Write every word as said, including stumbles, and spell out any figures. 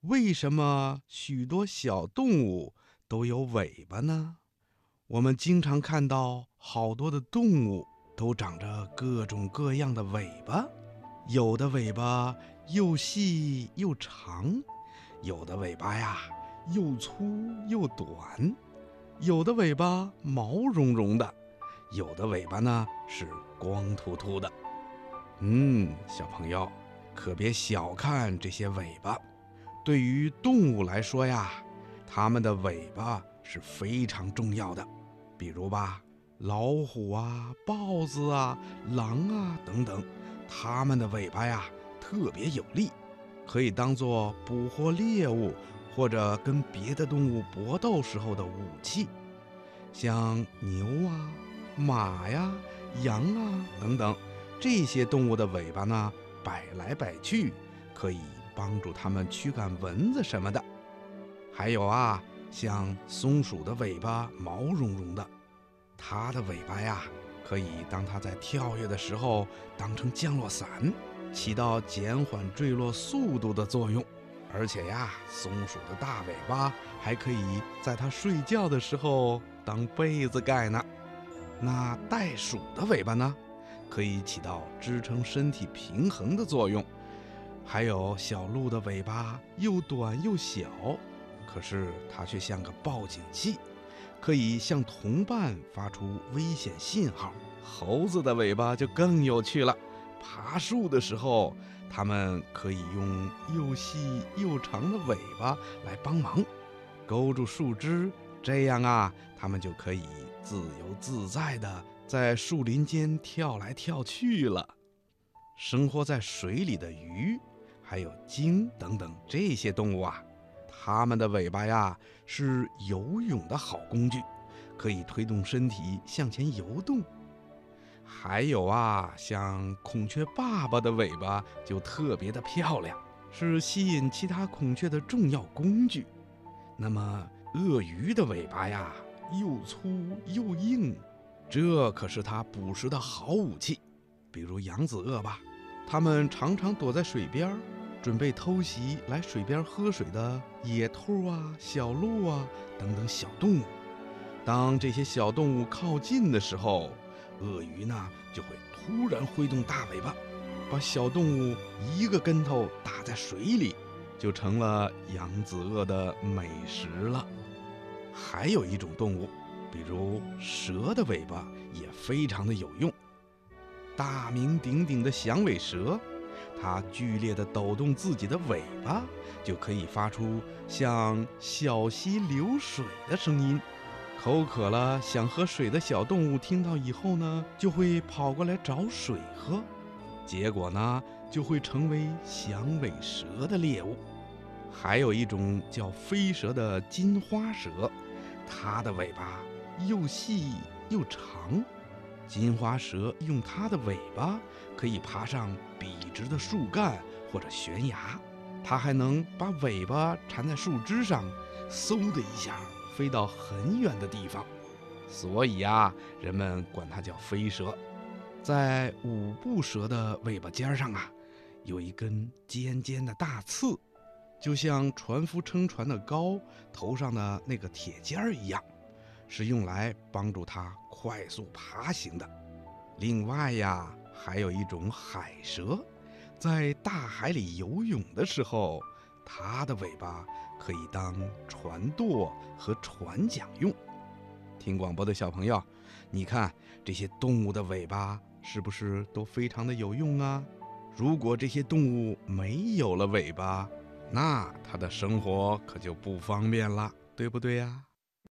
为什么许多小动物都有尾巴呢？我们经常看到好多的动物都长着各种各样的尾巴，有的尾巴又细又长，有的尾巴呀又粗又短，有的尾巴毛茸茸的，有的尾巴呢是光秃秃的。嗯，小朋友，可别小看这些尾巴。对于动物来说呀，它们的尾巴是非常重要的。比如吧，老虎啊、豹子啊、狼啊等等，它们的尾巴呀特别有力，可以当作捕获猎物或者跟别的动物搏斗时候的武器。像牛啊、马呀、羊啊等等，这些动物的尾巴呢摆来摆去，可以帮助它们驱赶蚊子什么的。还有啊，像松鼠的尾巴毛茸茸的，它的尾巴呀可以当它在跳跃的时候当成降落伞，起到减缓坠落速度的作用。而且呀，松鼠的大尾巴还可以在它睡觉的时候当被子盖呢。那袋鼠的尾巴呢，可以起到支撑身体平衡的作用。还有小鹿的尾巴又短又小，可是它却像个报警器，可以向同伴发出危险信号。猴子的尾巴就更有趣了，爬树的时候，它们可以用又细又长的尾巴来帮忙，勾住树枝，这样啊，它们就可以自由自在地在树林间跳来跳去了。生活在水里的鱼，还有鲸等等这些动物啊，它们的尾巴呀是游泳的好工具，可以推动身体向前游动。还有啊，像孔雀爸爸的尾巴就特别的漂亮，是吸引其他孔雀的重要工具。那么鳄鱼的尾巴呀，又粗又硬，这可是它捕食的好武器。比如扬子鳄吧，它们常常躲在水边，准备偷袭来水边喝水的野兔啊、小鹿啊等等小动物。当这些小动物靠近的时候，鳄鱼呢就会突然挥动大尾巴，把小动物一个跟头打在水里，就成了扬子鳄的美食了。还有一种动物，比如蛇的尾巴也非常的有用。大名鼎鼎的响尾蛇，它剧烈地抖动自己的尾巴，就可以发出像小溪流水的声音。口渴了想喝水的小动物听到以后呢，就会跑过来找水喝，结果呢就会成为响尾蛇的猎物。还有一种叫飞蛇的金花蛇，它的尾巴又细又长，金花蛇用它的尾巴可以爬上笔直的树干或者悬崖，它还能把尾巴缠在树枝上，嗖的一下飞到很远的地方，所以啊，人们管它叫飞蛇。在五步蛇的尾巴尖上啊，有一根尖尖的大刺，就像船夫撑船的篙头上的那个铁尖儿一样，是用来帮助它快速爬行的。另外呀，还有一种海蛇，在大海里游泳的时候，它的尾巴可以当船舵和船桨用。听广播的小朋友，你看这些动物的尾巴是不是都非常的有用啊？如果这些动物没有了尾巴，那它的生活可就不方便了，对不对呀？